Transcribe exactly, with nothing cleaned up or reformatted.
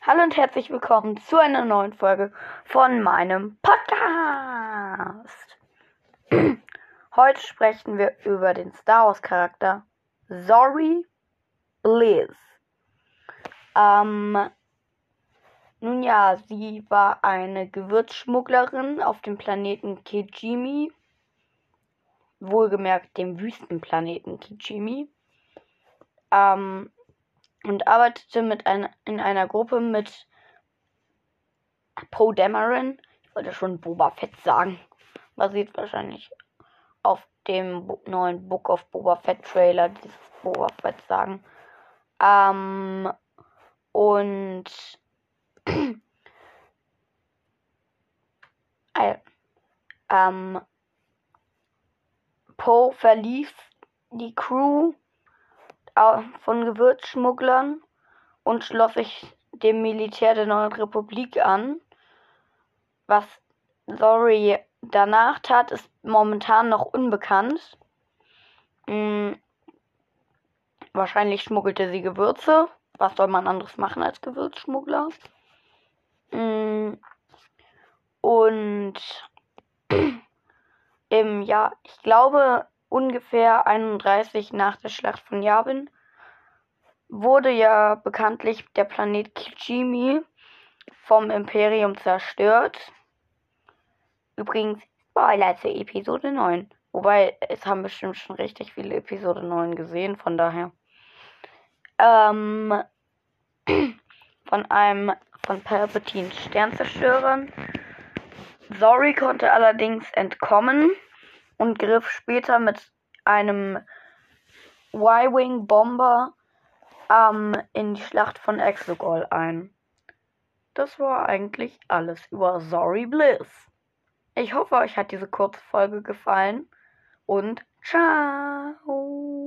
Hallo und herzlich willkommen zu einer neuen Folge von meinem Podcast. Heute sprechen wir über den Star Wars Charakter Zorii Bliss. Ähm, nun ja, sie war eine Gewürzschmugglerin auf dem Planeten Kijimi. Wohlgemerkt dem Wüstenplaneten Kijimi. Ähm, und arbeitete mit einer, in einer Gruppe mit Poe Dameron. Ich wollte schon Boba Fett sagen. Basiert wahrscheinlich auf dem neuen Book of Boba Fett Trailer, dieses Boba Fett sagen. Ähm, und äh, ähm, Poe verließ die Crew von Gewürzschmugglern und schloss sich dem Militär der Neuen Republik an. Was Zorii danach tat, ist momentan noch unbekannt. Hm, wahrscheinlich schmuggelte sie Gewürze. Was soll man anderes machen als Gewürzschmuggler? Hm, und im Jahr, ich glaube, ungefähr einunddreißig nach der Schlacht von Yavin wurde ja bekanntlich der Planet Kijimi vom Imperium zerstört. Übrigens, Spoiler zu Episode neun. Wobei, es haben bestimmt schon richtig viele Episode neun gesehen, von daher. Ähm, von einem von Palpatines Sternzerstörern. Zorii konnte allerdings entkommen und griff später mit einem Y-Wing Bomber ähm, in die Schlacht von Exegol ein. Das war eigentlich alles über Zorii Bliss. Ich hoffe, euch hat diese kurze Folge gefallen und ciao!